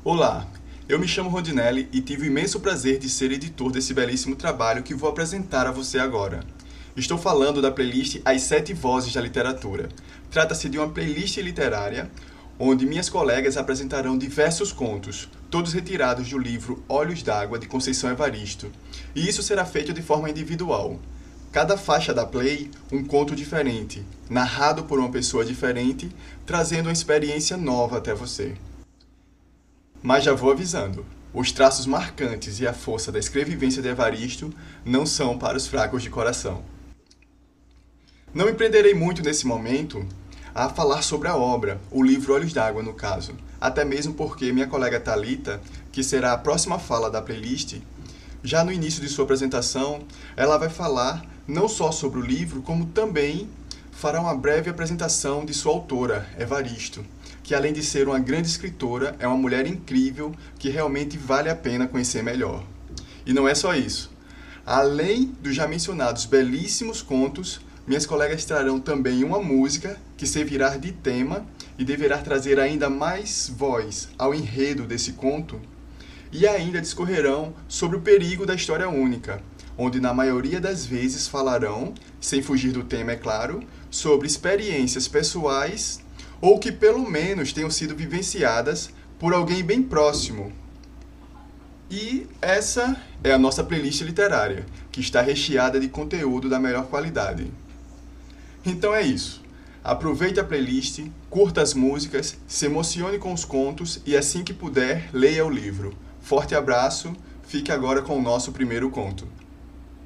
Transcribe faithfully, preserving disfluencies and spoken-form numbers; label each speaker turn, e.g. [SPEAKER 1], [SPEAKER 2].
[SPEAKER 1] Olá, eu me chamo Rondinelli e tive o imenso prazer de ser editor desse belíssimo trabalho que vou apresentar a você agora. Estou falando da playlist As Sete Vozes da Literatura. Trata-se de uma playlist literária onde minhas colegas apresentarão diversos contos, todos retirados do livro Olhos d'Água, de Conceição Evaristo, e isso será feito de forma individual. Cada faixa da play, um conto diferente, narrado por uma pessoa diferente, trazendo uma experiência nova até você. Mas já vou avisando, os traços marcantes e a força da escrevivência de Evaristo não são para os fracos de coração. Não me prenderei muito nesse momento a falar sobre a obra, o livro Olhos d'Água no caso, até mesmo porque minha colega Thalita, que será a próxima fala da playlist, já no início de sua apresentação, ela vai falar não só sobre o livro, como também fará uma breve apresentação de sua autora, Evaristo, que além de ser uma grande escritora, é uma mulher incrível que realmente vale a pena conhecer melhor. E não é só isso. Além dos já mencionados belíssimos contos, minhas colegas trarão também uma música que servirá de tema e deverá trazer ainda mais voz ao enredo desse conto, e ainda discorrerão sobre o perigo da história única, onde na maioria das vezes falarão, sem fugir do tema é claro, sobre experiências pessoais ou que pelo menos tenham sido vivenciadas por alguém bem próximo. E essa é a nossa playlist literária, que está recheada de conteúdo da melhor qualidade. Então é isso. Aproveite a playlist, curta as músicas, se emocione com os contos e assim que puder, leia o livro. Forte abraço, fique agora com o nosso primeiro conto.